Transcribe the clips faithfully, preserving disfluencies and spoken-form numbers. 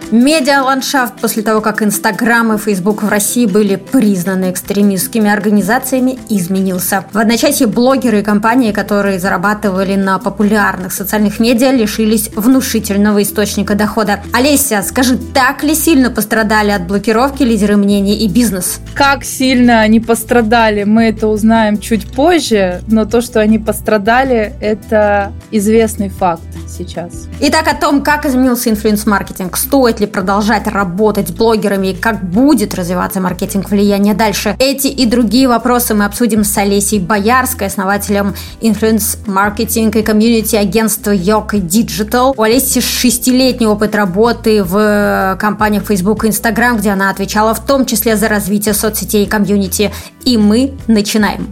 Медиаландшафт после того, как Инстаграм и Фейсбук в России были признаны экстремистскими организациями, изменился. В одночасье блогеры и компании, которые зарабатывали на популярных социальных медиа, лишились внушительного источника дохода. Олеся, скажи, так ли сильно пострадали от блокировки лидеры мнений и бизнес? Как сильно они пострадали, мы это узнаем чуть позже, но то, что они пострадали, это известный факт сейчас. Итак, о том, как изменился инфлюенс-маркетинг, стоит ли продолжать работать с блогерами и как будет развиваться маркетинг влияния дальше. Эти и другие вопросы мы обсудим с Олесей Боярской, основателем инфлюенс-маркетинг и комьюнити агентства Yoka Digital. У Олеси шестилетний опыт работы в компаниях Facebook и Instagram, где она отвечала в том числе за развитие соцсетей и комьюнити. И мы начинаем.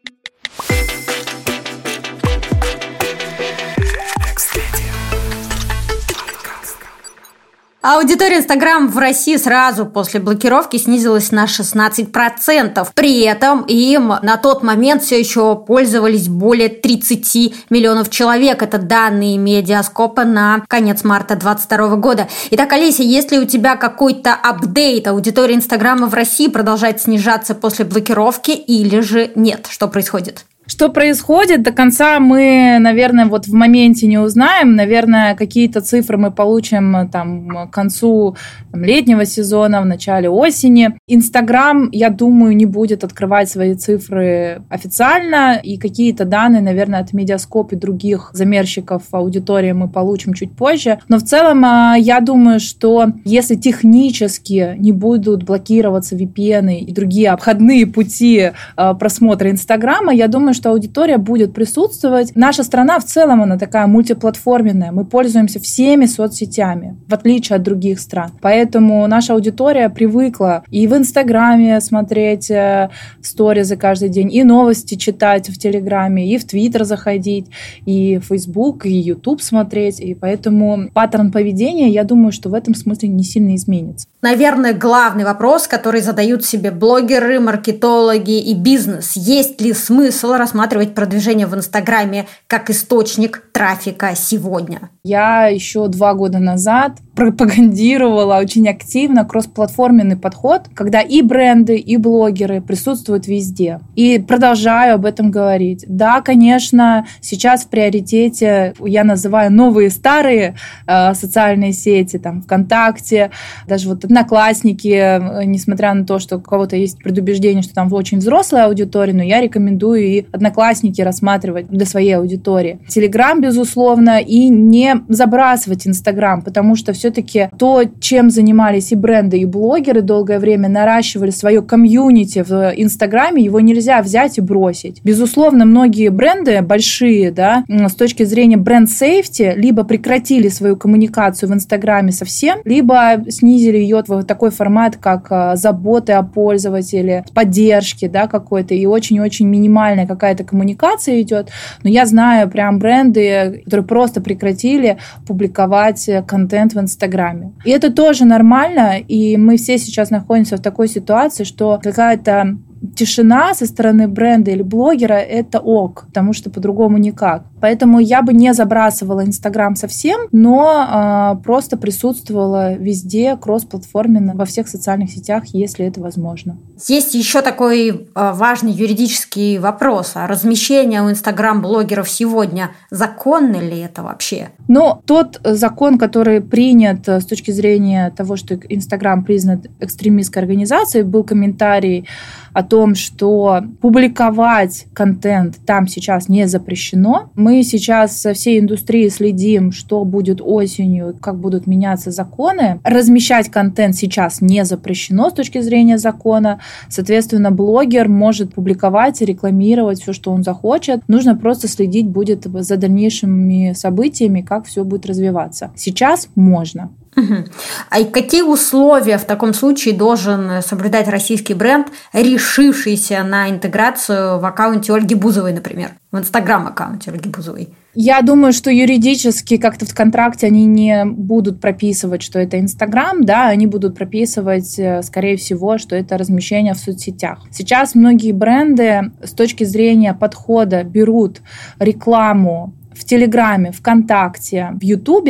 Аудитория Инстаграм в России сразу после блокировки снизилась на шестнадцать процентов. При этом им на тот момент все еще пользовались более тридцать миллионов человек. Это данные Медиаскопа на конец марта двадцать второго года. Итак, Олеся, есть ли у тебя какой-то апдейт? Аудитория Инстаграма в России продолжает снижаться после блокировки или же нет? Что происходит? Что происходит, до конца мы, наверное, вот в моменте не узнаем. Наверное, какие-то цифры мы получим там, к концу там, летнего сезона, в начале осени. Инстаграм, я думаю, не будет открывать свои цифры официально. И какие-то данные, наверное, от Медиаскоп и других замерщиков аудитории мы получим чуть позже. Но в целом, я думаю, что если технически не будут блокироваться ви пи эн и другие обходные пути просмотра Инстаграма, я думаю, что аудитория будет присутствовать. Наша страна в целом, она такая мультиплатформенная. Мы пользуемся всеми соцсетями, в отличие от других стран. Поэтому наша аудитория привыкла и в Инстаграме смотреть э, сторизы каждый день, и новости читать в Телеграме, и в Твиттер заходить, и в Фейсбук, и Ютуб смотреть. И поэтому паттерн поведения, я думаю, что в этом смысле не сильно изменится. Наверное, главный вопрос, который задают себе блогеры, маркетологи и бизнес. Есть ли смысл рассматривать продвижение в Инстаграме как источник трафика сегодня? Я еще два года назад пропагандировала очень активно кроссплатформенный подход, когда и бренды, и блогеры присутствуют везде. И продолжаю об этом говорить. Да, конечно, сейчас в приоритете я называю новые старые э, социальные сети, там ВКонтакте, даже вот Одноклассники, несмотря на то, что у кого-то есть предубеждение, что там очень взрослая аудитория, но я рекомендую и Одноклассники рассматривать для своей аудитории. Телеграм, безусловно, и не забрасывать Инстаграм, потому что все-таки то, чем занимались и бренды, и блогеры долгое время, наращивали свое комьюнити в Инстаграме, его нельзя взять и бросить. Безусловно, многие бренды большие, да, с точки зрения бренд-сейфти, либо прекратили свою коммуникацию в Инстаграме совсем, либо снизили ее в такой формат, как заботы о пользователе, поддержки, да, какой-то, и очень-очень минимальная какая-то коммуникация идет. Но я знаю прям бренды, которые просто прекратили публиковать контент в Инстаграме. И это тоже нормально, и мы все сейчас находимся в такой ситуации, что какая-то тишина со стороны бренда или блогера – это ок, потому что по-другому никак. Поэтому я бы не забрасывала Инстаграм совсем, но э, просто присутствовала везде, кроссплатформенно, во всех социальных сетях, если это возможно. Есть еще такой э, важный юридический вопрос. А размещение у Инстаграм-блогеров сегодня, законно ли это вообще? Ну, тот закон, который принят с точки зрения того, что Инстаграм признан экстремистской организацией, был комментарий о том, что публиковать контент там сейчас не запрещено. Мы сейчас со всей индустрией следим, что будет осенью, как будут меняться законы. Размещать контент сейчас не запрещено с точки зрения закона. Соответственно, блогер может публиковать и рекламировать все, что он захочет. Нужно просто следить будет за дальнейшими событиями, как все будет развиваться. Сейчас можно. Угу. А какие условия в таком случае должен соблюдать российский бренд, решившийся на интеграцию в аккаунте Ольги Бузовой, например, в Инстаграм-аккаунте Ольги Бузовой? Я думаю, что юридически как-то в контракте они не будут прописывать, что это Инстаграм, да, они будут прописывать, скорее всего, что это размещение в соцсетях. Сейчас многие бренды с точки зрения подхода берут рекламу в Телеграме, ВКонтакте, в Ютубе,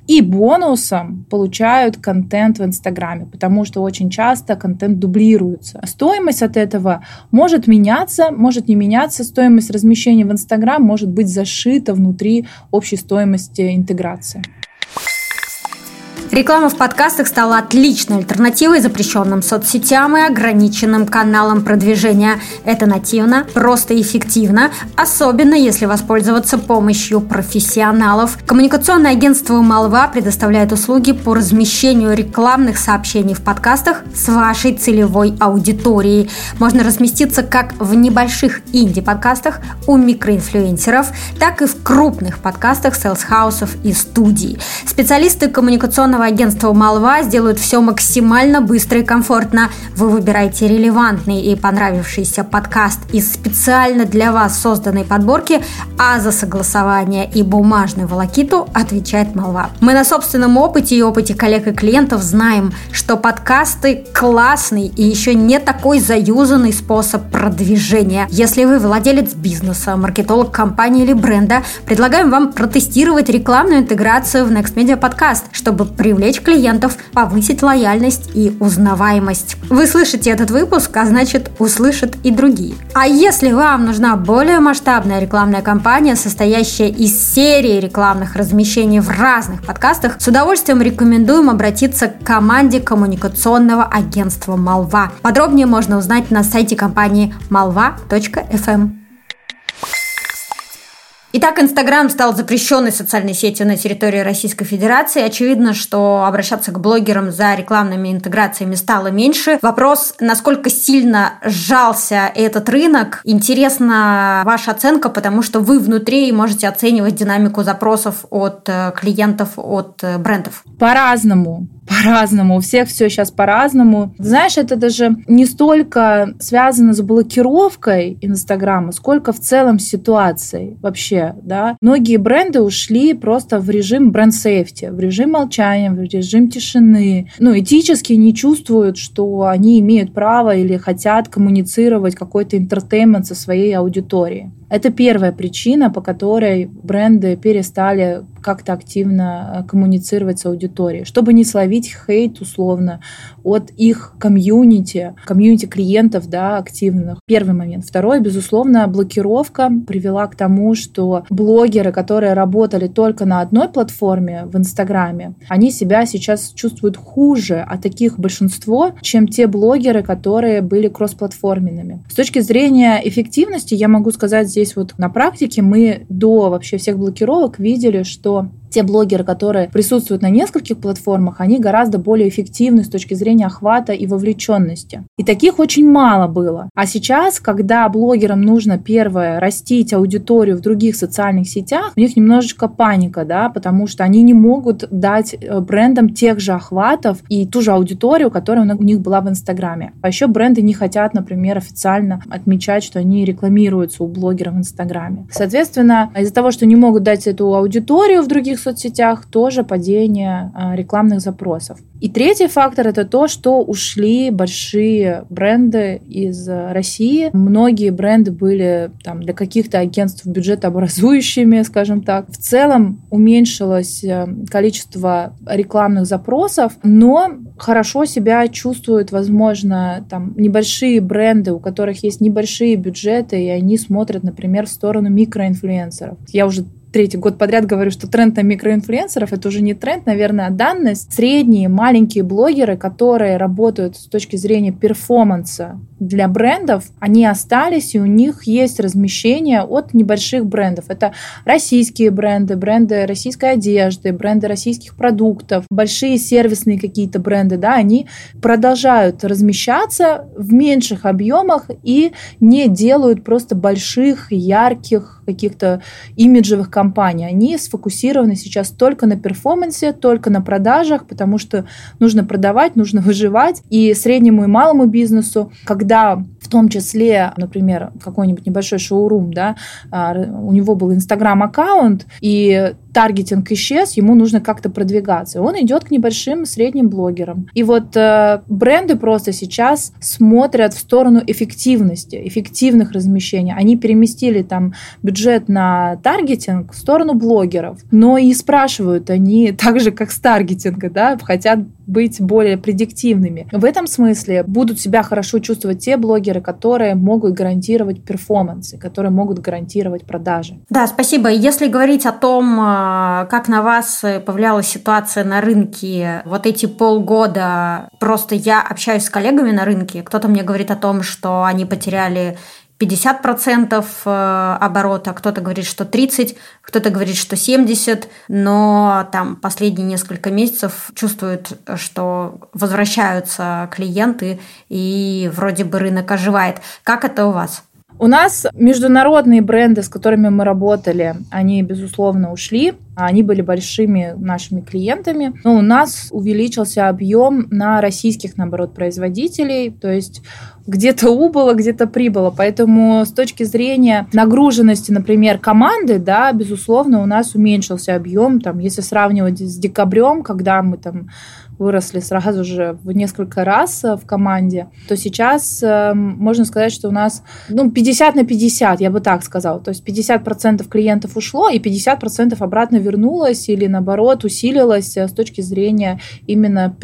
И бонусом получают контент в Инстаграме, потому что очень часто контент дублируется. Стоимость от этого может меняться, может не меняться. Стоимость размещения в Инстаграм может быть зашита внутри общей стоимости интеграции. Реклама в подкастах стала отличной альтернативой запрещенным соцсетям и ограниченным каналам продвижения. Это нативно, просто и эффективно, особенно если воспользоваться помощью профессионалов. Коммуникационное агентство «Молва» предоставляет услуги по размещению рекламных сообщений в подкастах с вашей целевой аудиторией. Можно разместиться как в небольших инди-подкастах у микроинфлюенсеров, так и в крупных подкастах селс-хаусов и студий. Специалисты коммуникационного агентство «Молва» сделают все максимально быстро и комфортно. Вы выбираете релевантный и понравившийся подкаст из специально для вас созданной подборки, а за согласование и бумажную волокиту отвечает «Молва». Мы на собственном опыте и опыте коллег и клиентов знаем, что подкасты – классный и еще не такой заюзанный способ продвижения. Если вы владелец бизнеса, маркетолог компании или бренда, предлагаем вам протестировать рекламную интеграцию в NextMedia Podcast, чтобы при привлечь клиентов, повысить лояльность и узнаваемость. Вы слышите этот выпуск, а значит, услышат и другие. А если вам нужна более масштабная рекламная кампания, состоящая из серии рекламных размещений в разных подкастах, с удовольствием рекомендуем обратиться к команде коммуникационного агентства «Молва». Подробнее можно узнать на сайте компании молва точка эф эм. Итак, Инстаграм стал запрещенной социальной сетью на территории Российской Федерации. Очевидно, что обращаться к блогерам за рекламными интеграциями стало меньше. Вопрос, насколько сильно сжался этот рынок. Интересна ваша оценка, потому что вы внутри можете оценивать динамику запросов от клиентов, от брендов. По-разному. По-разному. У всех все сейчас по-разному. Знаешь, это даже не столько связано с блокировкой Инстаграма, сколько в целом с ситуацией вообще, да. Многие бренды ушли просто в режим бренд-сейфти, в режим молчания, в режим тишины. Ну, этически не чувствуют, что они имеют право или хотят коммуницировать какой-то интертеймент со своей аудиторией. Это первая причина, по которой бренды перестали как-то активно коммуницировать с аудиторией, чтобы не словить хейт условно от их комьюнити, комьюнити клиентов, да, активных. Первый момент. Второй, безусловно, блокировка привела к тому, что блогеры, которые работали только на одной платформе в Инстаграме, они себя сейчас чувствуют хуже, а таких большинство, чем те блогеры, которые были кроссплатформенными. С точки зрения эффективности, я могу сказать здесь, Здесь вот на практике мы до вообще всех блокировок видели, что те блогеры, которые присутствуют на нескольких платформах, они гораздо более эффективны с точки зрения охвата и вовлеченности. И таких очень мало было. А сейчас, когда блогерам нужно, первое, растить аудиторию в других социальных сетях, у них немножечко паника, да, потому что они не могут дать брендам тех же охватов и ту же аудиторию, которая у них была в Инстаграме. А еще бренды не хотят, например, официально отмечать, что они рекламируются у блогеров в Инстаграме. Соответственно, из-за того, что не могут дать эту аудиторию в других соцсетях, тоже падение а, рекламных запросов. И третий фактор – это то, что ушли большие бренды из России. Многие бренды были там, для каких-то агентств бюджетообразующими, скажем так. В целом уменьшилось количество рекламных запросов, но хорошо себя чувствуют, возможно, там, небольшие бренды, у которых есть небольшие бюджеты, и они смотрят, например, в сторону микроинфлюенсеров. Я уже третий год подряд говорю, что тренд на микроинфлюенсеров — это уже не тренд, наверное, а данность. Средние, маленькие блогеры, которые работают с точки зрения перформанса для брендов, они остались, и у них есть размещение от небольших брендов. Это российские бренды, бренды российской одежды, бренды российских продуктов, большие сервисные какие-то бренды, да, они продолжают размещаться в меньших объемах и не делают просто больших, ярких, каких-то имиджевых компаний. Они сфокусированы сейчас только на перформансе, только на продажах, потому что нужно продавать, нужно выживать. И среднему и малому бизнесу, когда в том числе, например, какой-нибудь небольшой шоурум, да, у него был Инстаграм-аккаунт, и таргетинг исчез, ему нужно как-то продвигаться. Он идет к небольшим, средним блогерам. И вот э, бренды просто сейчас смотрят в сторону эффективности, эффективных размещений. Они переместили там бюджет на таргетинг в сторону блогеров. Но и спрашивают они так же, как с таргетинга, да, хотят быть более предиктивными. В этом смысле будут себя хорошо чувствовать те блогеры, которые могут гарантировать перформансы, которые могут гарантировать продажи. Да, спасибо. Если говорить о том, как на вас повлияла ситуация на рынке вот эти полгода, просто я общаюсь с коллегами на рынке, кто-то мне говорит о том, что они потеряли пятьдесят процентов оборота, кто-то говорит, что тридцать процентов, кто-то говорит, что семьдесят процентов, но там последние несколько месяцев чувствуют, что возвращаются клиенты и вроде бы рынок оживает. Как это у вас? У нас международные бренды, с которыми мы работали, они, безусловно, ушли. Они были большими нашими клиентами. Но у нас увеличился объем на российских, наоборот, производителей. То есть где-то убыло, где-то прибыло. Поэтому с точки зрения нагруженности, например, команды, да, безусловно, у нас уменьшился объем. Там, если сравнивать с декабрем, когда мы там выросли сразу же в несколько раз в команде, то сейчас э, можно сказать, что у нас ну, пятьдесят на пятьдесят, я бы так сказала. То есть пятьдесят процентов клиентов ушло, и пятьдесят процентов обратно вернулось или, наоборот, усилилось с точки зрения именно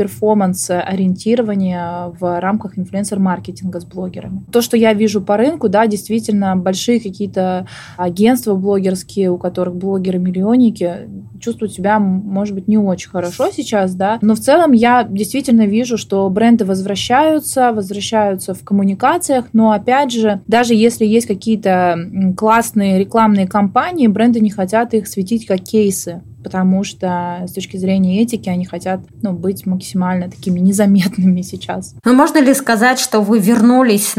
перформанс-ориентирования в рамках инфлюенсер-маркетинга с блогерами. То, что я вижу по рынку, да, действительно, большие какие-то агентства блогерские, у которых блогеры-миллионники, чувствуют себя, может быть, не очень хорошо сейчас, да, но в целом я действительно вижу, что бренды возвращаются, возвращаются в коммуникациях, но, опять же, даже если есть какие-то классные рекламные кампании, бренды не хотят их светить как кейсы, потому что с точки зрения этики они хотят ну, быть максимально такими незаметными сейчас. Ну, можно ли сказать, что вы вернулись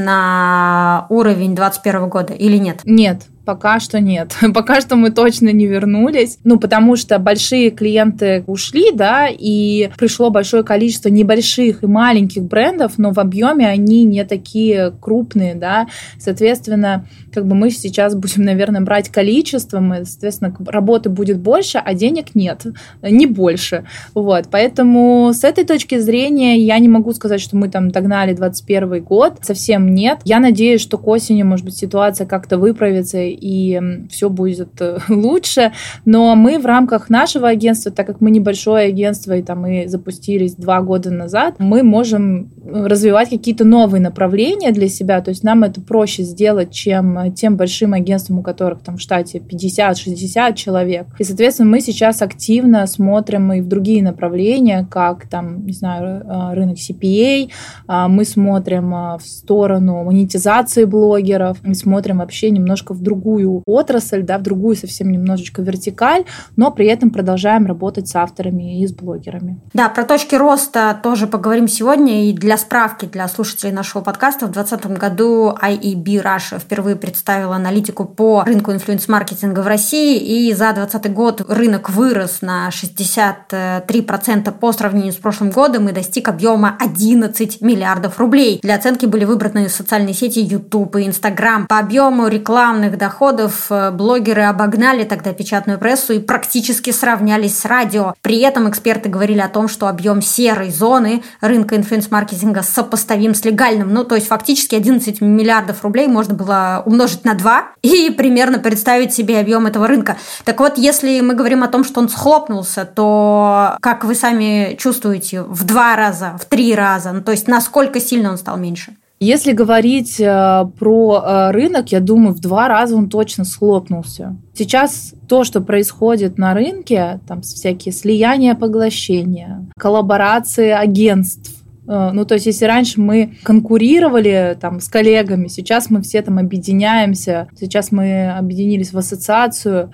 на уровень двадцать первого года или нет? Нет. Пока что нет. Пока что мы точно не вернулись. Ну, потому что большие клиенты ушли, да, и пришло большое количество небольших и маленьких брендов, но в объеме они не такие крупные, да. Соответственно, как бы мы сейчас будем, наверное, брать количеством, и, соответственно, работы будет больше, а денег нет, не больше. Вот. Поэтому с этой точки зрения я не могу сказать, что мы там догнали двадцать первый год. Совсем нет. Я надеюсь, что к осени, может быть, ситуация как-то выправится, и все будет лучше. Но мы в рамках нашего агентства, так как мы небольшое агентство, и там мы запустились два года назад, мы можем развивать какие-то новые направления для себя. То есть нам это проще сделать, чем тем большим агентствам, у которых там в штате пятьдесят-шестьдесят человек. И, соответственно, мы сейчас активно смотрим и в другие направления, как там, не знаю, рынок си пи эй, мы смотрим в сторону монетизации блогеров, мы смотрим вообще немножко в другую отрасль, да, в другую совсем немножечко вертикаль, но при этом продолжаем работать с авторами и с блогерами. Да, про точки роста тоже поговорим сегодня. И для справки, для слушателей нашего подкаста, в двадцать двадцатом году ай и би Russia впервые представила аналитику по рынку инфлюенс-маркетинга в России, и за двадцатый год рынок вырос на шестьдесят три процента по сравнению с прошлым годом и достиг объема одиннадцать миллиардов рублей. Для оценки были выбраны социальные сети YouTube и Instagram. По объему рекламных доходов блогеры обогнали тогда печатную прессу и практически сравнялись с радио. При этом эксперты говорили о том, что объем серой зоны рынка инфлюенс-маркетинга сопоставим с легальным. Ну, то есть фактически одиннадцать миллиардов рублей можно было умножить на два и примерно представить себе объем этого рынка. Так вот, если мы говорим о том, что он схлопнулся, то как вы сами чувствуете, в два раза, в три раза? Ну, то есть насколько сильно он стал меньше? Если говорить э, про э, рынок, я думаю, в два раза он точно схлопнулся. Сейчас то, что происходит на рынке, там всякие слияния, поглощения, коллаборации агентств. Ну, то есть, если раньше мы конкурировали там с коллегами, сейчас мы все там объединяемся, сейчас мы объединились в ассоциацию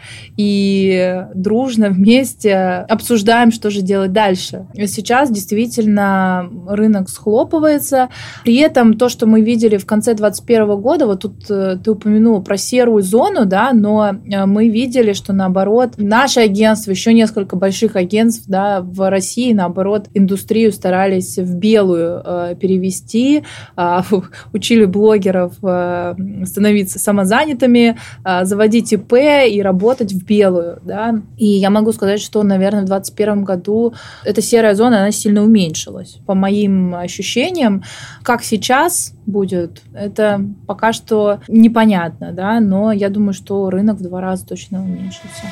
и дружно вместе обсуждаем, что же делать дальше. И сейчас действительно рынок схлопывается. При этом то, что мы видели в конце двадцать первого года, вот тут ты упомянула про серую зону, да, но мы видели, что наоборот наше агентство, еще несколько больших агентств, да, в России, наоборот, индустрию старались в белую белую э, перевести, э, учили блогеров э, становиться самозанятыми, э, заводить ИП и работать в белую. Да? И я могу сказать, что, наверное, в двадцать первом году эта серая зона, она сильно уменьшилась. По моим ощущениям, как сейчас будет, это пока что непонятно, да? Но я думаю, что рынок в два раза точно уменьшится.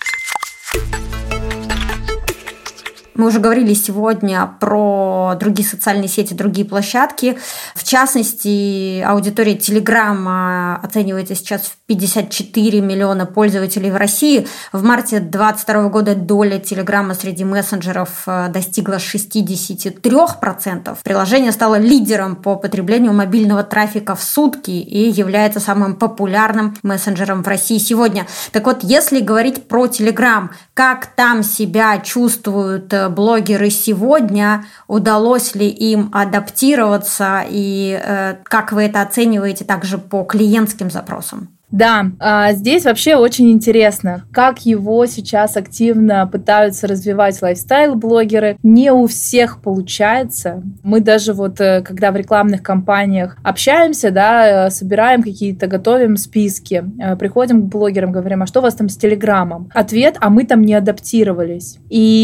Мы уже говорили сегодня про другие социальные сети, другие площадки. В частности, аудитория Telegram оценивается сейчас в пятьдесят четыре миллиона пользователей в России. В марте две тысячи двадцать второго года доля Telegram среди мессенджеров достигла шестьдесят три процента. Приложение стало лидером по потреблению мобильного трафика в сутки и является самым популярным мессенджером в России сегодня. Так вот, если говорить про Telegram, как там себя чувствуют блогеры сегодня, удалось ли им адаптироваться и э, как вы это оцениваете также по клиентским запросам? Да, здесь вообще очень интересно, как его сейчас активно пытаются развивать лайфстайл-блогеры. Не у всех получается. Мы даже вот, когда в рекламных кампаниях общаемся, да, собираем какие-то, готовим списки, приходим к блогерам, говорим, а что у вас там с Телеграмом? Ответ, а мы там не адаптировались.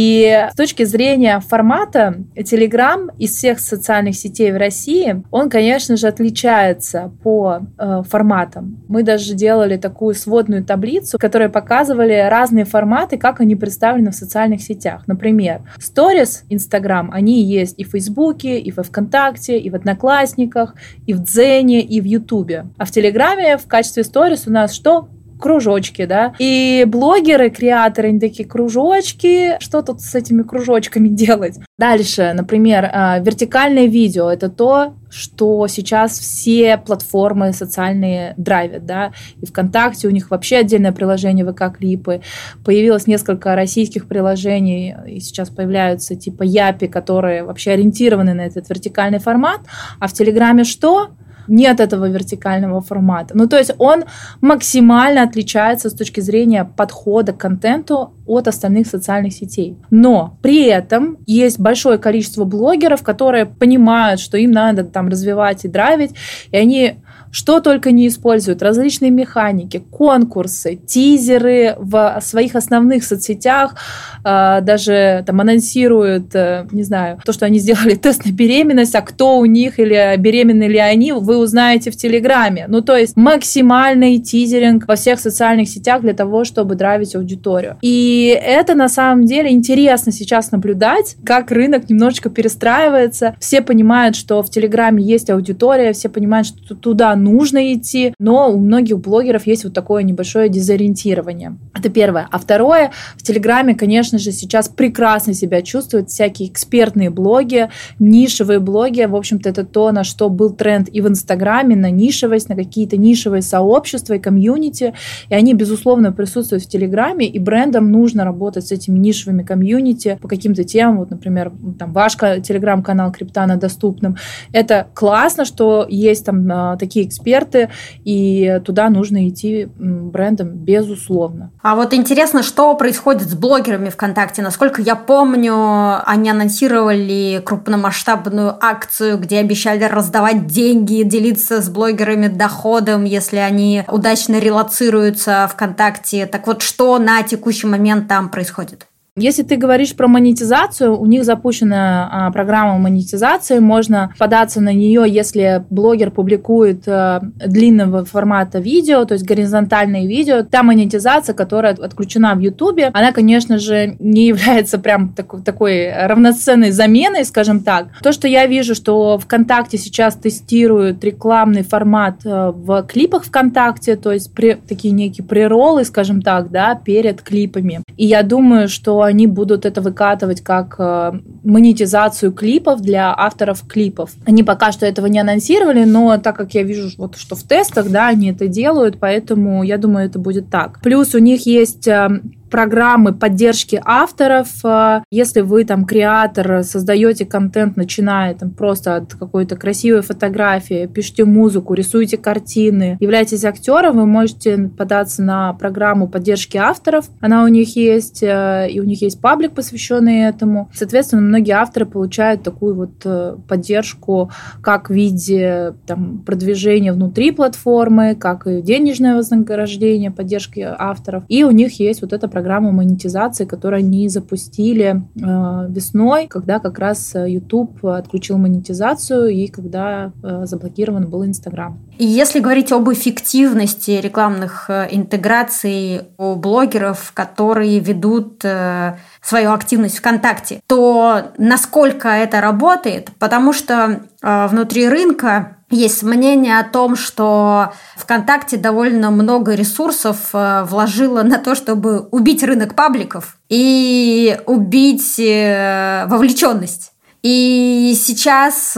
И с точки зрения формата, Телеграм из всех социальных сетей в России, он, конечно же, отличается по э, форматам. Мы даже делали такую сводную таблицу, в которой показывали разные форматы, как они представлены в социальных сетях. Например, Stories, Instagram, они есть и в Фейсбуке, и во ВКонтакте, и в Одноклассниках, и в Дзене, и в Ютубе. А в Телеграме в качестве Stories у нас что? Кружочки, да. И блогеры, креаторы, они такие, кружочки, что тут с этими кружочками делать? Дальше, например, вертикальное видео. Это то, что сейчас все платформы социальные драйвят, да. И ВКонтакте у них вообще отдельное приложение ВК-клипы. Появилось несколько российских приложений, и сейчас появляются типа Япи, которые вообще ориентированы на этот вертикальный формат. А в Телеграме что? Нет этого вертикального формата. Ну, то есть он максимально отличается с точки зрения подхода к контенту от остальных социальных сетей. Но при этом есть большое количество блогеров, которые понимают, что им надо там развивать и драйвить, и они что только не используют. Различные механики, конкурсы, тизеры в своих основных соцсетях, э, даже там анонсируют, э, не знаю, то, что они сделали тест на беременность, а кто у них или беременны ли они, вы узнаете в Телеграме. Ну, то есть максимальный тизеринг во всех социальных сетях для того, чтобы драйвить аудиторию. И это на самом деле интересно сейчас наблюдать, как рынок немножечко перестраивается. Все понимают, что в Телеграме есть аудитория, все понимают, что туда нужно идти, но у многих блогеров есть вот такое небольшое дезориентирование. Это первое. А второе, в Телеграме, конечно же, сейчас прекрасно себя чувствуют всякие экспертные блоги, нишевые блоги. В общем-то, это то, на что был тренд и в Инстаграме, на нишевость, на какие-то нишевые сообщества и комьюнити. И они, безусловно, присутствуют в Телеграме, и брендам нужно работать с этими нишевыми комьюнити по каким-то темам. Вот, например, там ваш Телеграм-канал Криптана доступным. Это классно, что есть там такие эксперты, и туда нужно идти брендам, безусловно. А вот интересно, что происходит с блогерами ВКонтакте. Насколько я помню, они анонсировали крупномасштабную акцию, где обещали раздавать деньги, делиться с блогерами доходом, если они удачно релоцируются ВКонтакте. Так вот, что на текущий момент там происходит? Если ты говоришь про монетизацию, у них запущена а, программа монетизации, можно податься на нее, если блогер публикует а, длинного формата видео, то есть горизонтальные видео. Та монетизация, которая отключена в Ютубе, она, конечно же, не является прям такой, такой равноценной заменой, скажем так. То, что я вижу, что ВКонтакте сейчас тестируют рекламный формат а, в клипах ВКонтакте, то есть при, такие некие прероллы, скажем так, да, перед клипами. И я думаю, что они будут это выкатывать как э, монетизацию клипов для авторов клипов. Они пока что этого не анонсировали, но так как я вижу, вот, что в тестах, да, они это делают, поэтому я думаю, это будет так. Плюс у них есть э, программы поддержки авторов. Если вы там креатор, создаете контент, начиная там просто от какой-то красивой фотографии, пишете музыку, рисуете картины, являетесь актером, вы можете податься на программу поддержки авторов. Она у них есть, и у них есть паблик, посвященный этому. Соответственно, многие авторы получают такую вот поддержку как в виде там, продвижения внутри платформы, как и денежное вознаграждение, поддержки авторов. И у них есть вот эта программа монетизации, которую они запустили э, весной, когда как раз YouTube отключил монетизацию и когда э, заблокирован был Instagram. И если говорить об эффективности рекламных интеграций у блогеров, которые ведут э, свою активность ВКонтакте, то насколько это работает? Потому что э, внутри рынка есть мнение о том, что ВКонтакте довольно много ресурсов вложило на то, чтобы убить рынок пабликов и убить вовлеченность. И сейчас,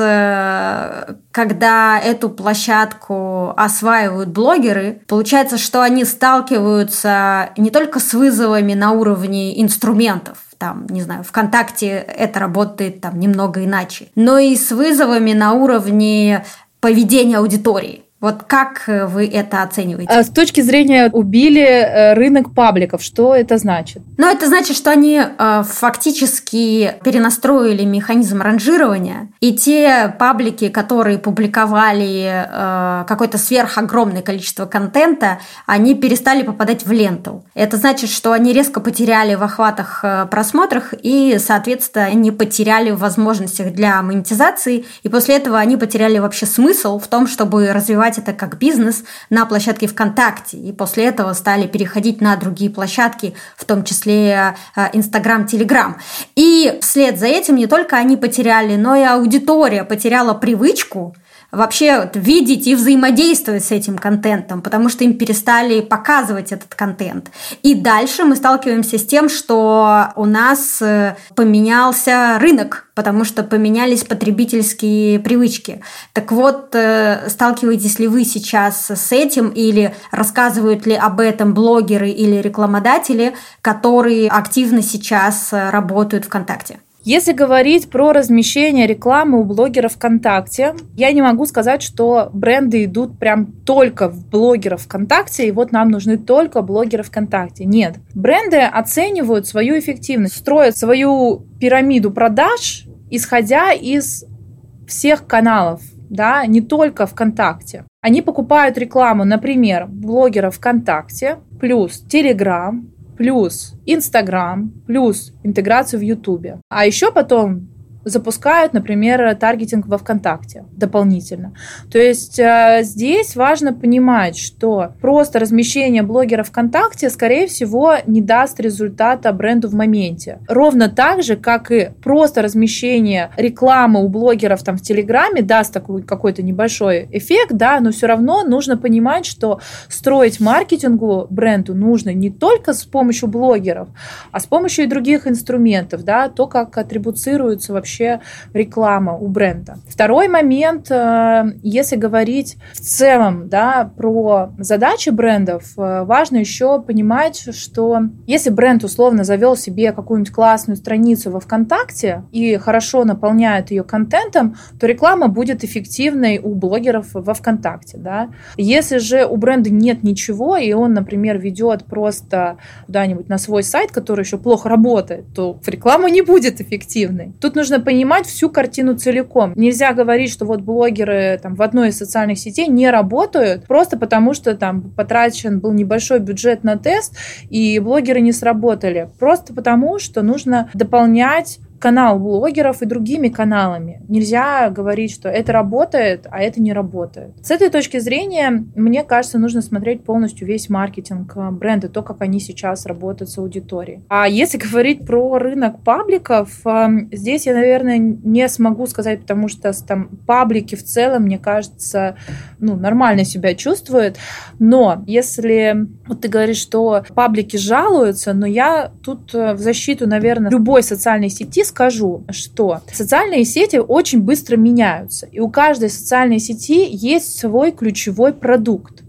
когда эту площадку осваивают блогеры, получается, что они сталкиваются не только с вызовами на уровне инструментов, там, не знаю, ВКонтакте это работает там немного иначе, но и с вызовами на уровне поведение аудитории. Вот как вы это оцениваете? С точки зрения убили рынок пабликов, что это значит? Ну, это значит, что они э, фактически перенастроили механизм ранжирования, и те паблики, которые публиковали э, какое-то сверхогромное количество контента, они перестали попадать в ленту. Это значит, что они резко потеряли в охватах, э, просмотрах, и, соответственно, они потеряли в возможностях для монетизации, и после этого они потеряли вообще смысл в том, чтобы развивать это как бизнес на площадке ВКонтакте, и после этого стали переходить на другие площадки, в том числе Инстаграм, Телеграм. И вслед за этим не только они потеряли, но и аудитория потеряла привычку вообще видеть и взаимодействовать с этим контентом, потому что им перестали показывать этот контент. И дальше мы сталкиваемся с тем, что у нас поменялся рынок, потому что поменялись потребительские привычки. Так вот, сталкиваетесь ли вы сейчас с этим или рассказывают ли об этом блогеры или рекламодатели, которые активно сейчас работают ВКонтакте? Если говорить про размещение рекламы у блогеров ВКонтакте, я не могу сказать, что бренды идут прям только в блогеров ВКонтакте, и вот нам нужны только блогеры ВКонтакте. Нет. Бренды оценивают свою эффективность, строят свою пирамиду продаж, исходя из всех каналов, да, не только ВКонтакте. Они покупают рекламу, например, блогеров ВКонтакте, плюс Телеграм, плюс Инстаграм, плюс интеграцию в Ютубе. А еще потом запускают, например, таргетинг во ВКонтакте дополнительно. То есть э, здесь важно понимать, что просто размещение блогера ВКонтакте, скорее всего, не даст результата бренду в моменте. Ровно так же, как и просто размещение рекламы у блогеров там в Телеграме даст такой какой-то небольшой эффект, да, но все равно нужно понимать, что строить маркетингу бренду нужно не только с помощью блогеров, а с помощью и других инструментов, да, то, как атрибуцируется вообще реклама у бренда. Второй момент, если говорить в целом, да, про задачи брендов, важно еще понимать, что если бренд условно завел себе какую-нибудь классную страницу во ВКонтакте и хорошо наполняет ее контентом, то реклама будет эффективной у блогеров во ВКонтакте. Да? Если же у бренда нет ничего, и он, например, ведет просто куда-нибудь на свой сайт, который еще плохо работает, то реклама не будет эффективной. Тут нужно понимать всю картину целиком. Нельзя говорить, что вот блогеры там, в одной из социальных сетей не работают просто потому, что там потрачен был небольшой бюджет на тест, и блогеры не сработали. Просто потому, что нужно дополнять канал блогеров и другими каналами. Нельзя говорить, что это работает, а это не работает. С этой точки зрения, мне кажется, нужно смотреть полностью весь маркетинг бренда, то, как они сейчас работают с аудиторией. А если говорить про рынок пабликов, здесь я, наверное, не смогу сказать, потому что там паблики в целом, мне кажется, ну, нормально себя чувствуют. Но если вот ты говоришь, что паблики жалуются, но я тут в защиту, наверное, любой социальной сети скажу, что социальные сети очень быстро меняются, и у каждой социальной сети есть свой ключевой продукт.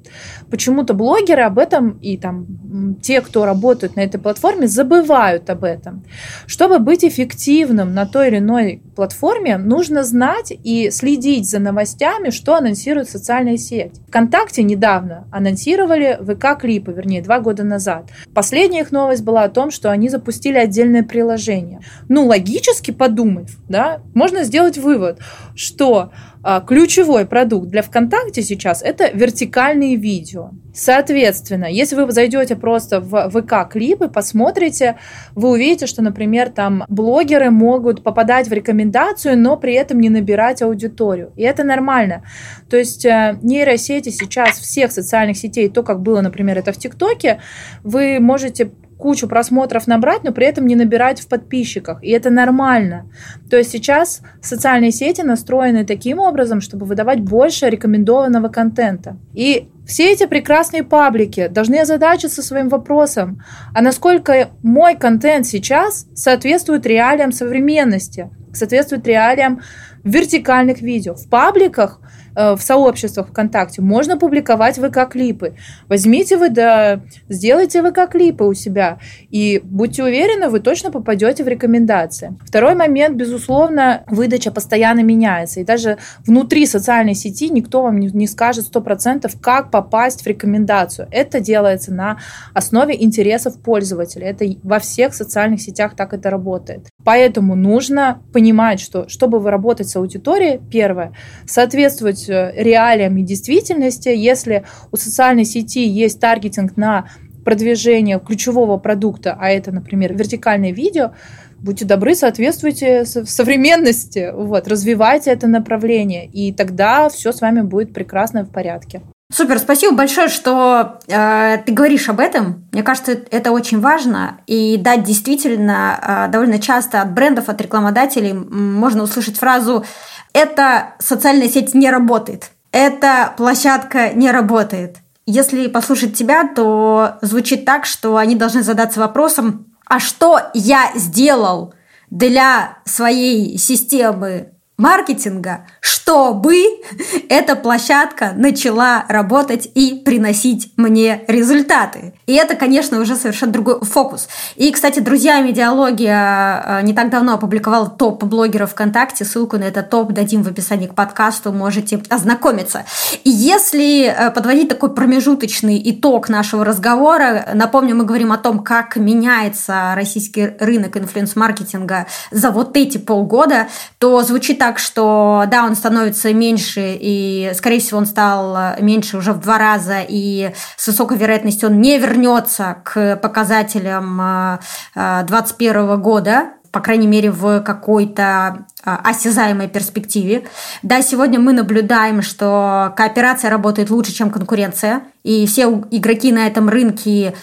почему-то блогеры об этом и там те, кто работают на этой платформе, забывают об этом. Чтобы быть эффективным на той или иной платформе, нужно знать и следить за новостями, что анонсирует социальная сеть. ВКонтакте недавно анонсировали ВК-клипы, вернее, два года назад. Последняя их новость была о том, что они запустили отдельное приложение. Ну, логически подумав, да, можно сделать вывод, что ключевой продукт для ВКонтакте сейчас – это вертикальные видео. Соответственно, если вы зайдете просто в ВК-клипы, посмотрите, вы увидите, что, например, там блогеры могут попадать в рекомендацию, но при этом не набирать аудиторию. И это нормально. То есть нейросети сейчас всех социальных сетей, то, как было, например, это в ТикТоке, вы можете кучу просмотров набрать, но при этом не набирать в подписчиках. И это нормально. То есть сейчас социальные сети настроены таким образом, чтобы выдавать больше рекомендованного контента. И все эти прекрасные паблики должны озадачиться своим вопросом, а насколько мой контент сейчас соответствует реалиям современности, соответствует реалиям вертикальных видео. В пабликах, в сообществах ВКонтакте можно публиковать ВК-клипы. Возьмите вы, да, сделайте ВК-клипы у себя, и будьте уверены, вы точно попадете в рекомендации. Второй момент, безусловно, выдача постоянно меняется, и даже внутри социальной сети никто вам не, не скажет сто процентов, как попасть в рекомендацию. Это делается на основе интересов пользователя. Это во всех социальных сетях так это работает. Поэтому нужно понимать, что чтобы вы работать с аудиторией, первое, соответствовать реалиям и действительности. Если у социальной сети есть таргетинг на продвижение ключевого продукта, а это, например, вертикальное видео, будьте добры, соответствуйте современности, вот, развивайте это направление, и тогда все с вами будет прекрасно и в порядке. Супер, спасибо большое, что э, ты говоришь об этом. Мне кажется, это очень важно. И да, действительно, э, довольно часто от брендов, от рекламодателей можно услышать фразу «эта социальная сеть не работает», «эта площадка не работает». Если послушать тебя, то звучит так, что они должны задаться вопросом, а что я сделал для своей системы маркетинга, чтобы эта площадка начала работать и приносить мне результаты. И это, конечно, уже совершенно другой фокус. И, кстати, друзья, Медиалогия не так давно опубликовала топ блогеров ВКонтакте. Ссылку на этот топ дадим в описании к подкасту, можете ознакомиться. И если подводить такой промежуточный итог нашего разговора, напомню, мы говорим о том, как меняется российский рынок инфлюенс-маркетинга за вот эти полгода, то звучит так, что да, он становится меньше, и, скорее всего, он стал меньше уже в два раза, и с высокой вероятностью он не вернется к показателям двадцать первого года, по крайней мере, в какой-то осязаемой перспективе. Да, сегодня мы наблюдаем, что кооперация работает лучше, чем конкуренция, и все игроки на этом рынке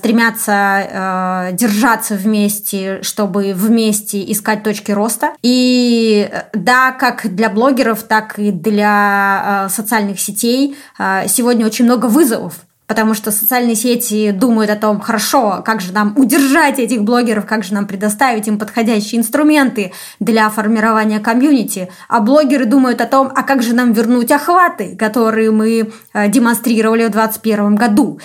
стремятся держаться вместе, чтобы вместе искать точки роста. И да, как для блогеров, так и для социальных сетей сегодня очень много вызовов. Потому что социальные сети думают о том, хорошо, как же нам удержать этих блогеров, как же нам предоставить им подходящие инструменты для формирования комьюнити. А блогеры думают о том, а как же нам вернуть охваты, которые мы демонстрировали в двадцать первом году.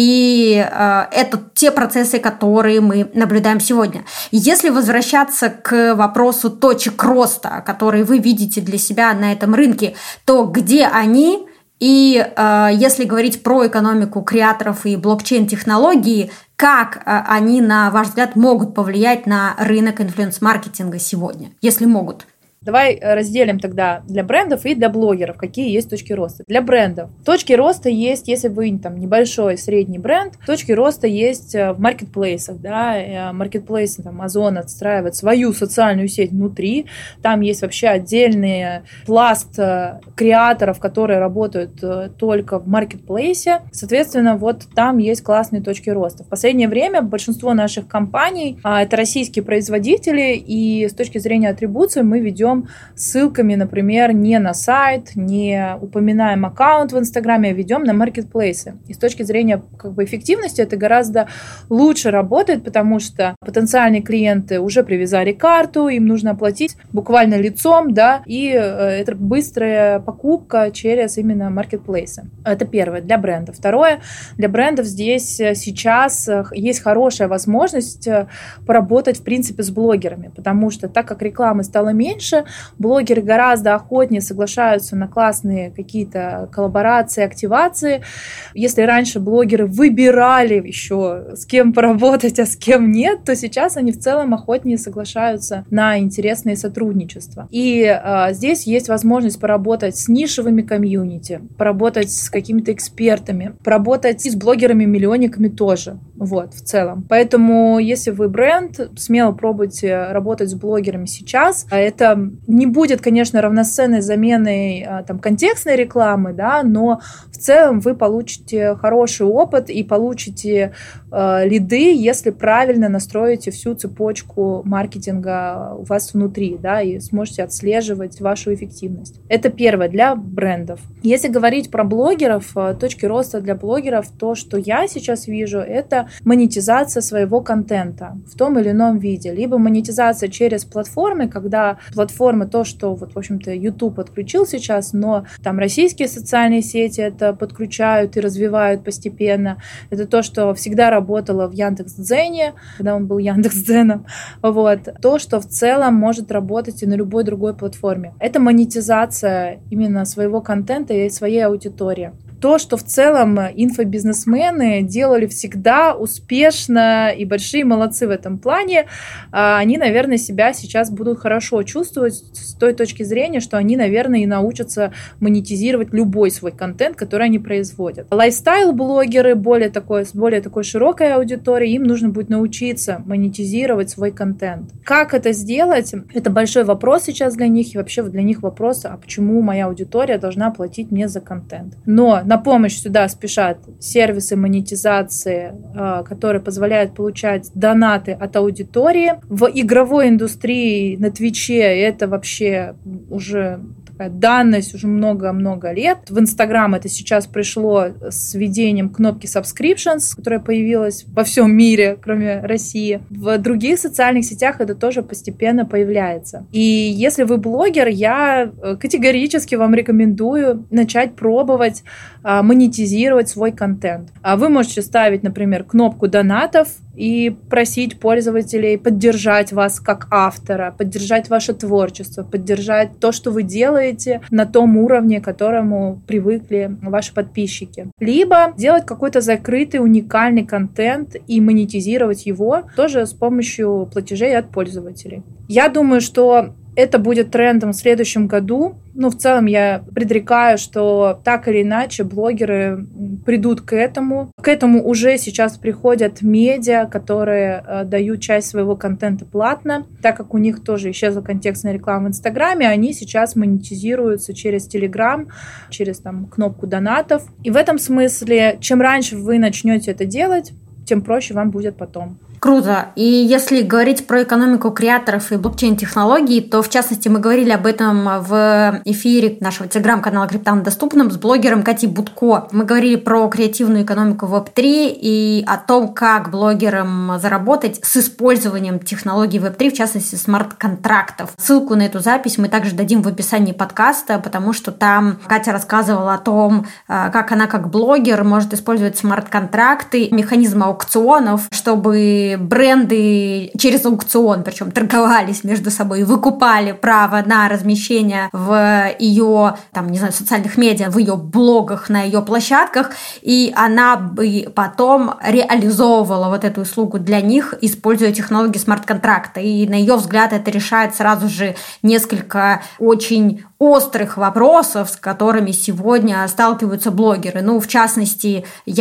И э, это те процессы, которые мы наблюдаем сегодня. Если возвращаться к вопросу точек роста, которые вы видите для себя на этом рынке, то где они? И э, если говорить про экономику креаторов и блокчейн-технологии, как э, они, на ваш взгляд, могут повлиять на рынок инфлюенс-маркетинга сегодня, если могут? Давай разделим тогда для брендов и для блогеров, какие есть точки роста. Для брендов точки роста есть, если вы там небольшой, средний бренд, точки роста есть в маркетплейсах, да, маркетплейсы, там, Озон отстраивает свою социальную сеть внутри, там есть вообще отдельный пласт креаторов, которые работают только в маркетплейсе, соответственно, вот там есть классные точки роста. В последнее время большинство наших компаний, это российские производители, и с точки зрения атрибуции мы ведем ведем ссылками, например, не на сайт, не упоминаем аккаунт в Инстаграме, а ведем на маркетплейсы. И с точки зрения как бы эффективности это гораздо лучше работает, потому что потенциальные клиенты уже привязали карту, им нужно оплатить буквально лицом, да, и это быстрая покупка через именно маркетплейсы. Это первое, для бренда. Второе, для брендов здесь сейчас есть хорошая возможность поработать, в принципе, с блогерами, потому что так как рекламы стало меньше, блогеры гораздо охотнее соглашаются на классные какие-то коллаборации, активации. Если раньше блогеры выбирали еще, с кем поработать, а с кем нет, то сейчас они в целом охотнее соглашаются на интересные сотрудничества. И а, здесь есть возможность поработать с нишевыми комьюнити, поработать с какими-то экспертами, поработать и с блогерами-миллионниками тоже, вот, в целом. Поэтому, если вы бренд, смело пробуйте работать с блогерами сейчас. Это не будет, конечно, равноценной заменой там, контекстной рекламы, да, но в целом вы получите хороший опыт и получите э, лиды, если правильно настроите всю цепочку маркетинга у вас внутри, да, и сможете отслеживать вашу эффективность. Это первое для брендов. Если говорить про блогеров, точки роста для блогеров, то, что я сейчас вижу, это монетизация своего контента в том или ином виде. Либо монетизация через платформы, когда платформы, то, что, вот, в общем-то, YouTube отключил сейчас, но там российские социальные сети это подключают и развивают постепенно. Это то, что всегда работало в Яндекс.Дзене, когда он был Яндекс.Дзеном. Вот. То, что в целом может работать и на любой другой платформе. Это монетизация именно своего контента и своей аудитории. То, что в целом инфобизнесмены делали всегда успешно и большие молодцы в этом плане, они, наверное, себя сейчас будут хорошо чувствовать с той точки зрения, что они, наверное, и научатся монетизировать любой свой контент, который они производят. Лайфстайл-блогеры более такой, с более такой широкой аудиторией, им нужно будет научиться монетизировать свой контент. Как это сделать? Это большой вопрос сейчас для них, и вообще для них вопрос, а почему моя аудитория должна платить мне за контент? Но на помощь сюда спешат сервисы монетизации, которые позволяют получать донаты от аудитории. В игровой индустрии на Твиче это вообще уже данность уже много-много лет. В Инстаграм это сейчас пришло с введением кнопки subscriptions, которая появилась во всем мире, кроме России. В других социальных сетях это тоже постепенно появляется. И если вы блогер, я категорически вам рекомендую начать пробовать а, монетизировать свой контент. А вы можете ставить, например, кнопку донатов и просить пользователей поддержать вас как автора, поддержать ваше творчество, поддержать то, что вы делаете на том уровне, к которому привыкли ваши подписчики. Либо делать какой-то закрытый, уникальный контент и монетизировать его тоже с помощью платежей от пользователей. Я думаю, что это будет трендом в следующем году. Ну, в целом я предрекаю, что так или иначе блогеры придут к этому. К этому уже сейчас приходят медиа, которые э, дают часть своего контента платно. Так как у них тоже исчезла контекстная реклама в Инстаграме, они сейчас монетизируются через Телеграм, через там, кнопку донатов. И в этом смысле, чем раньше вы начнете это делать, тем проще вам будет потом. Круто. И если говорить про экономику креаторов и блокчейн-технологий, то, в частности, мы говорили об этом в эфире нашего телеграм-канала «Криптам доступным» с блогером Катей Будко. Мы говорили про креативную экономику веб три и о том, как блогерам заработать с использованием технологий веб три, в частности, смарт-контрактов. Ссылку на эту запись мы также дадим в описании подкаста, потому что там Катя рассказывала о том, как она как блогер может использовать смарт-контракты, механизмы аукционов, чтобы бренды через аукцион, причем торговались между собой, выкупали право на размещение в ее, там, не знаю, социальных медиа, в ее блогах, на ее площадках, и она бы потом реализовывала вот эту услугу для них, используя технологии смарт-контракта. И на ее взгляд это решает сразу же несколько очень острых вопросов, с которыми сегодня сталкиваются блогеры. Ну, в частности,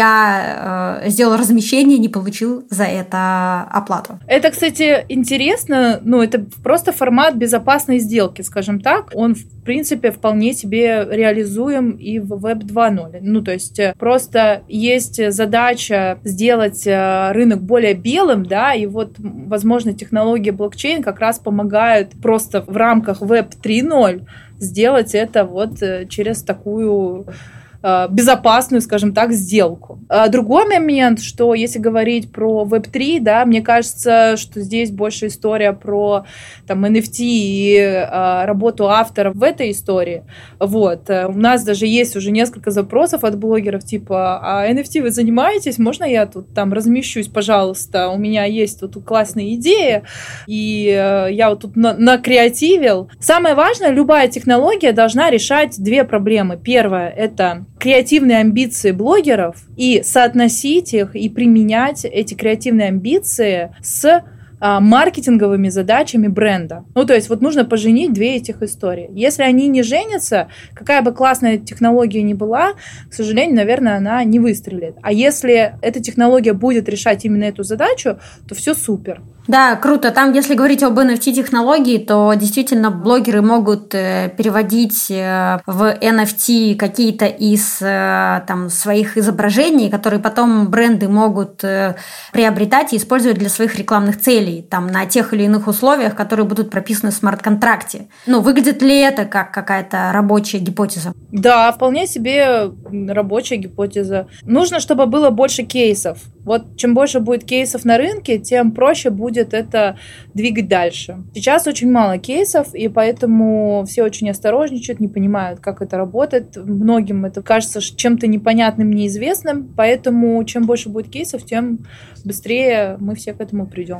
я э, сделал размещение, не получил за это оплату. Это, кстати, интересно. Ну, это просто формат безопасной сделки, скажем так. Он, в принципе, вполне себе реализуем и в веб два ноль. Ну, то есть просто есть задача сделать рынок более белым, да, и вот, возможно, технология блокчейн как раз помогает просто в рамках веб три ноль сделать это вот через такую безопасную, скажем так, сделку. Другой момент, что если говорить про веб три, да, мне кажется, что здесь больше история про там эн эф ти и а, работу авторов в этой истории. Вот. У нас даже есть уже несколько запросов от блогеров, типа, а эн эф ти вы занимаетесь? Можно я тут там размещусь, пожалуйста? У меня есть тут классные идеи, и а, я вот тут на- накреативил. Самое важное, любая технология должна решать две проблемы. Первое — это креативные амбиции блогеров и соотносить их и применять эти креативные амбиции с а, маркетинговыми задачами бренда. Ну, то есть вот нужно поженить две этих истории. Если они не женятся, какая бы классная технология ни была, к сожалению, наверное, она не выстрелит. А если эта технология будет решать именно эту задачу, то все супер. Да, круто. Там, если говорить об эн эф ти-технологии, то действительно блогеры могут э, переводить э, в эн эф ти какие-то из э, там, своих изображений, которые потом бренды могут э, приобретать и использовать для своих рекламных целей, там, на тех или иных условиях, которые будут прописаны в смарт-контракте. Ну, выглядит ли это как какая-то рабочая гипотеза? Да, вполне себе рабочая гипотеза. Нужно, чтобы было больше кейсов. Вот чем больше будет кейсов на рынке, тем проще будет это двигать дальше. Сейчас очень мало кейсов, и поэтому все очень осторожничают, не понимают, как это работает. Многим это кажется чем-то непонятным, неизвестным, поэтому чем больше будет кейсов, тем быстрее мы все к этому придем.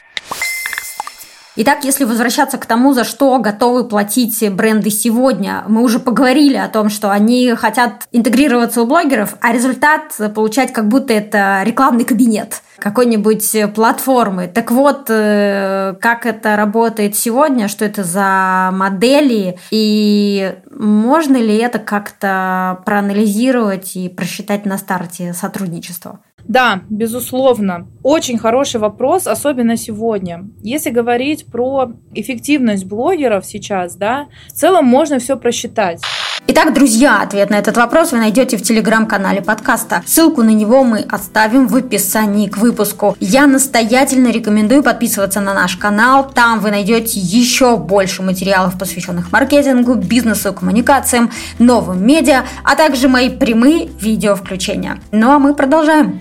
Итак, если возвращаться к тому, за что готовы платить бренды сегодня, мы уже поговорили о том, что они хотят интегрироваться у блогеров, а результат получать как будто это рекламный кабинет какой-нибудь платформы. Так вот, как это работает сегодня, что это за модели, и можно ли это как-то проанализировать и просчитать на старте сотрудничества? Да, безусловно. Очень хороший вопрос, особенно сегодня. Если говорить про эффективность блогеров сейчас, да, в целом можно все просчитать. Итак, друзья, ответ на этот вопрос вы найдете в телеграм-канале подкаста. Ссылку на него мы оставим в описании к выпуску. Я настоятельно рекомендую подписываться на наш канал. Там вы найдете еще больше материалов, посвященных маркетингу, бизнесу, коммуникациям, новым медиа, а также мои прямые видео-включения. Ну а мы продолжаем.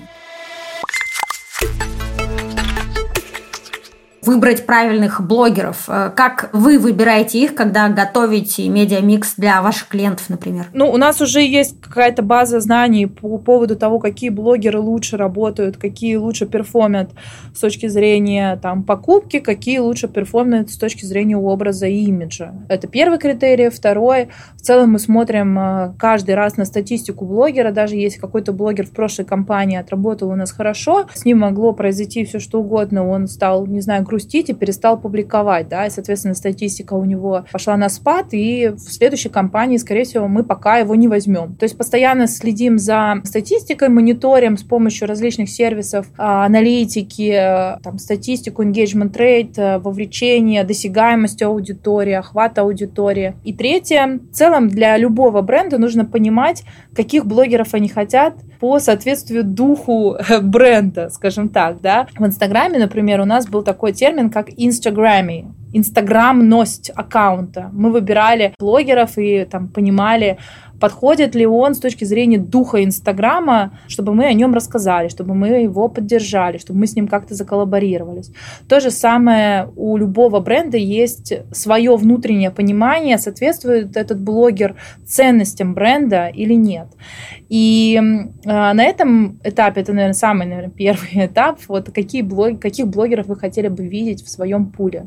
Выбрать правильных блогеров. Как вы выбираете их, когда готовите медиамикс для ваших клиентов, например? Ну, у нас уже есть какая-то база знаний по поводу того, какие блогеры лучше работают, какие лучше перформят с точки зрения там, покупки, какие лучше перформят с точки зрения образа и имиджа. Это первый критерий. Второй, в целом мы смотрим каждый раз на статистику блогера, даже если какой-то блогер в прошлой кампании отработал у нас хорошо, с ним могло произойти все что угодно, он стал, не знаю, грустить и перестал публиковать, да, и, соответственно, статистика у него пошла на спад, и в следующей кампании, скорее всего, мы пока его не возьмем. То есть постоянно следим за статистикой, мониторим с помощью различных сервисов, аналитики, там, статистику, engagement rate, вовлечение, досягаемость аудитории, охват аудитории. И третье, в целом для любого бренда нужно понимать, каких блогеров они хотят по соответствию духу бренда, скажем так, да. В Инстаграме, например, у нас был такой термин, как инстаграми, инстаграмность аккаунта. Мы выбирали блогеров и там понимали, подходит ли он с точки зрения духа Инстаграма, чтобы мы о нем рассказали, чтобы мы его поддержали, чтобы мы с ним как-то заколлаборировались. То же самое у любого бренда есть свое внутреннее понимание, соответствует этот блогер ценностям бренда или нет. И э, на этом этапе, это, наверное, самый, наверное, первый этап, вот какие блог, каких блогеров вы хотели бы видеть в своем пуле. Но тут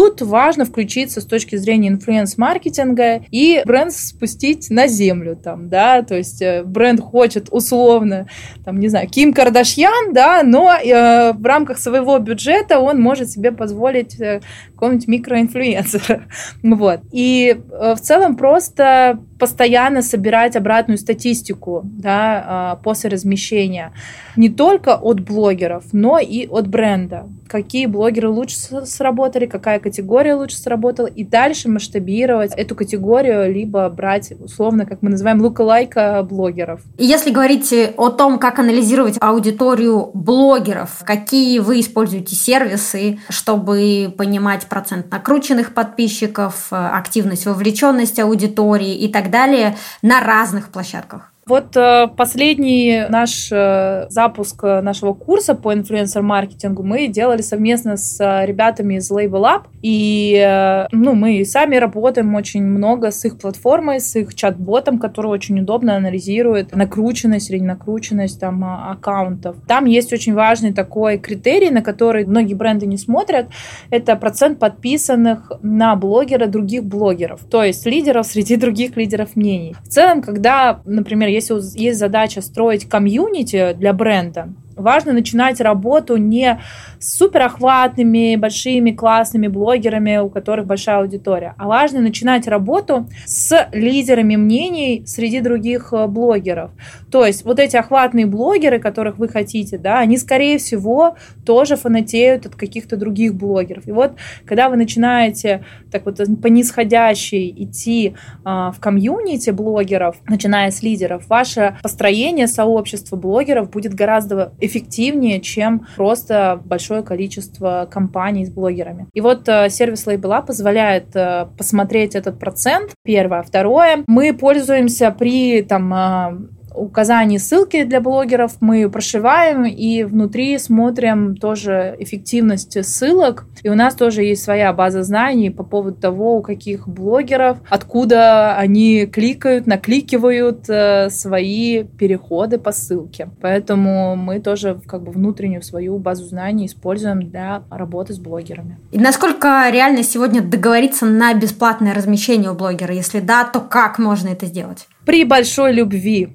тут важно включиться с точки зрения инфлюенс-маркетинга и бренд спустить на землю там, да, то есть бренд хочет условно, там, не знаю, Ким Кардашьян, да, но э, в рамках своего бюджета он может себе позволить э, какого-нибудь микроинфлюенсера, вот. И э, в целом просто постоянно собирать обратную статистику, да, после размещения. Не только от блогеров, но и от бренда. Какие блогеры лучше сработали, какая категория лучше сработала. И дальше масштабировать эту категорию, либо брать, условно, как мы называем, лук-алайка блогеров. И если говорить о том, как анализировать аудиторию блогеров, какие вы используете сервисы, чтобы понимать процент накрученных подписчиков, активность, вовлеченность аудитории и так далее, далее на разных площадках? Вот э, последний наш э, запуск нашего курса по инфлюенсер-маркетингу мы делали совместно с э, ребятами из Label Up. И э, ну, мы сами работаем очень много с их платформой, с их чат-ботом, который очень удобно анализирует накрученность или ненакрученность там, аккаунтов. Там есть очень важный такой критерий, на который многие бренды не смотрят. Это процент подписанных на блогера других блогеров. То есть лидеров среди других лидеров мнений. В целом, когда, например, если есть задача строить комьюнити для бренда, важно начинать работу не с суперохватными, большими, классными блогерами, у которых большая аудитория, а важно начинать работу с лидерами мнений среди других блогеров. То есть вот эти охватные блогеры, которых вы хотите, да, они, скорее всего, тоже фанатеют от каких-то других блогеров. И вот, когда вы начинаете так вот по нисходящей идти а, в комьюнити блогеров, начиная с лидеров, ваше построение сообщества блогеров будет гораздо эффективнее, чем просто большое количество компаний с блогерами. И вот э, сервис Label Up позволяет э, посмотреть этот процент, первое. Второе, мы пользуемся при там э, указании ссылки для блогеров, мы ее прошиваем и внутри смотрим тоже эффективность ссылок. И у нас тоже есть своя база знаний по поводу того, у каких блогеров, откуда они кликают, накликивают э, свои переходы по ссылке. Поэтому мы тоже как бы внутреннюю свою базу знаний используем для работы с блогерами. И насколько реально сегодня договориться на бесплатное размещение у блогера? Если да, то как можно это сделать? При большой любви.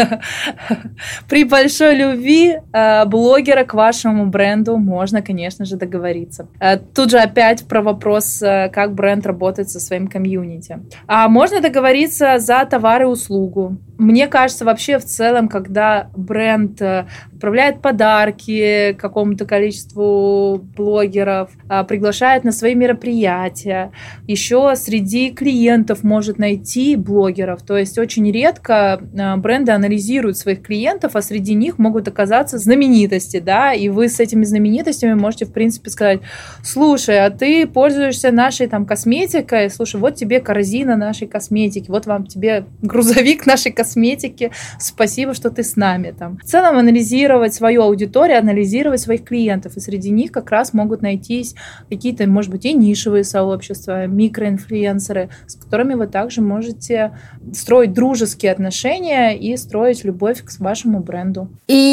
При большой любви э, блогера к вашему бренду можно, конечно же, договориться. Э, тут же опять про вопрос, э, как бренд работает со своим комьюнити. А можно договориться за товар и услугу. Мне кажется, вообще в целом, когда бренд э, отправляет подарки какому-то количеству блогеров, э, приглашает на свои мероприятия, еще среди клиентов может найти блогеров. То есть очень редко бренды анализируют своих клиентов, а среди них могут оказаться знаменитости, да, и вы с этими знаменитостями можете, в принципе, сказать: слушай, а ты пользуешься нашей там косметикой, слушай, вот тебе корзина нашей косметики, вот вам тебе грузовик нашей косметики, спасибо, что ты с нами там. В целом анализировать свою аудиторию, анализировать своих клиентов, и среди них как раз могут найтись какие-то, может быть, и нишевые сообщества, микроинфлюенсеры, с которыми вы также можете строить дружбу, дружеские отношения и строить любовь к вашему бренду.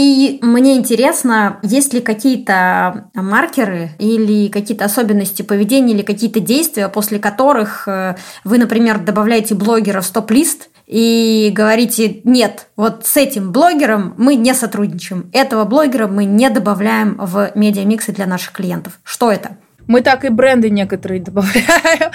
И мне интересно, есть ли какие-то маркеры или какие-то особенности поведения или какие-то действия, после которых вы, например, добавляете блогера в стоп-лист и говорите: нет, вот с этим блогером мы не сотрудничаем, этого блогера мы не добавляем в медиамиксы для наших клиентов. Что это? Мы так и бренды некоторые добавляем,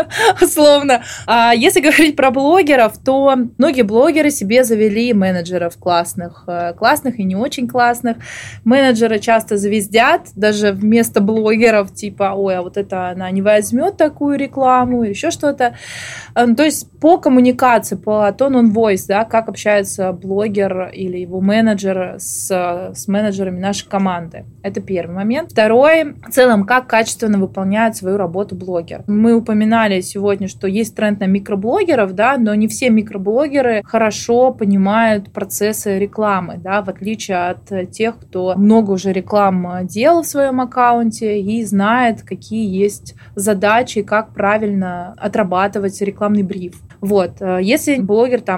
условно. А если говорить про блогеров, то многие блогеры себе завели менеджеров классных, классных и не очень классных. Менеджеры часто звездят, даже вместо блогеров, типа: ой, а вот это она не возьмет такую рекламу, еще что-то. То есть по коммуникации, по tone of voice, да, как общается блогер или его менеджер с, с менеджерами нашей команды. Это первый момент. Второй, в целом, как качественно выполняет свою работу блогер. Мы упоминали сегодня, что есть тренд на микроблогеров, да, но не все микроблогеры хорошо понимают процессы рекламы, да, в отличие от тех, кто много уже реклам делал в своем аккаунте и знает, какие есть задачи, как правильно отрабатывать рекламный бриф. Вот. Если блогер там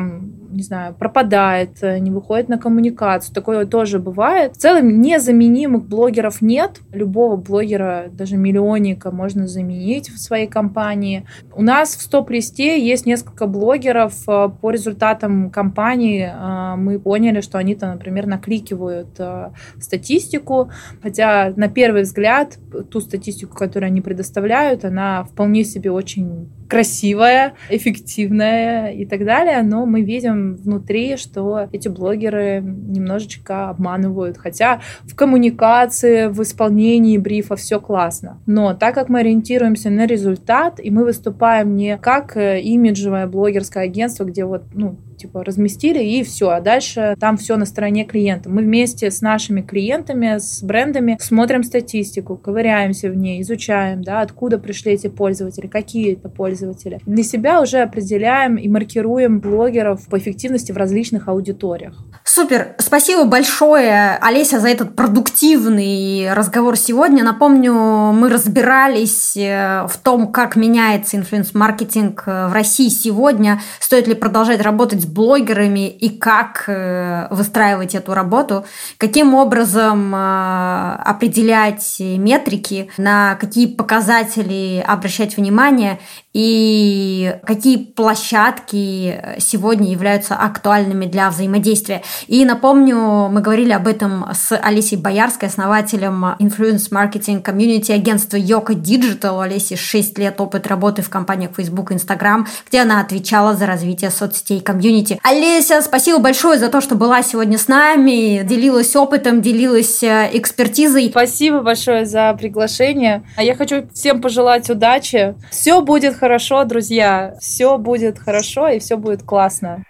не знаю, пропадает, не выходит на коммуникацию. Такое тоже бывает. В целом незаменимых блогеров нет. Любого блогера, даже миллионника, можно заменить в своей компании. У нас в стоп-листе есть несколько блогеров. По результатам кампании мы поняли, что они-то, например, накликивают статистику, хотя на первый взгляд ту статистику, которую они предоставляют, она вполне себе очень красивая, эффективная и так далее, но мы видим внутри, что эти блогеры немножечко обманывают, хотя в коммуникации, в исполнении брифа все классно. Но так как мы ориентируемся на результат, и мы выступаем не как имиджевое блогерское агентство, где вот, ну, типа разместили и все, а дальше там все на стороне клиента. Мы вместе с нашими клиентами, с брендами смотрим статистику, ковыряемся в ней, изучаем, да, откуда пришли эти пользователи, какие это пользователи. Для себя уже определяем и маркируем блогеров по эффективности в различных аудиториях. Супер! Спасибо большое, Олеся, за этот продуктивный разговор сегодня. Напомню, мы разбирались в том, как меняется инфлюенс-маркетинг в России сегодня, стоит ли продолжать работать с блогерами и как выстраивать эту работу, каким образом определять метрики, на какие показатели обращать внимание и какие площадки сегодня являются актуальными для взаимодействия. И напомню, мы говорили об этом с Олесей Боярской, основателем инфлюенс-маркетинг комьюнити агентства Yoka Digital. У Олеси шесть лет опыт работы в компаниях Facebook и Instagram, где она отвечала за развитие соцсетей комьюнити. Олеся, спасибо большое за то, что была сегодня с нами, делилась опытом, делилась экспертизой. Спасибо большое за приглашение. Я хочу всем пожелать удачи. Все будет хорошо, друзья. Все будет хорошо и все будет классно.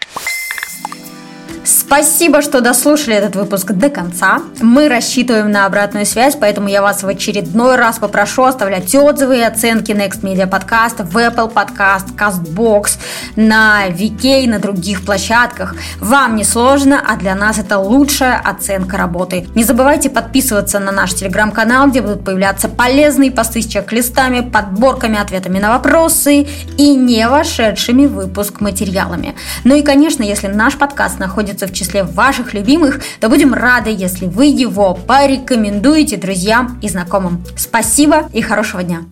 Спасибо, что дослушали этот выпуск до конца. Мы рассчитываем на обратную связь, поэтому я вас в очередной раз попрошу оставлять отзывы и оценки Next Media Podcast в Apple Podcast, CastBox, на ви кей, на других площадках. Вам не сложно, а для нас это лучшая оценка работы. Не забывайте подписываться на наш телеграм-канал, где будут появляться полезные посты с чек-листами, подборками, ответами на вопросы и не вошедшими в выпуск материалами. Ну и, конечно, если наш подкаст находится в числе ваших любимых, то будем рады, если вы его порекомендуете друзьям и знакомым. Спасибо и хорошего дня!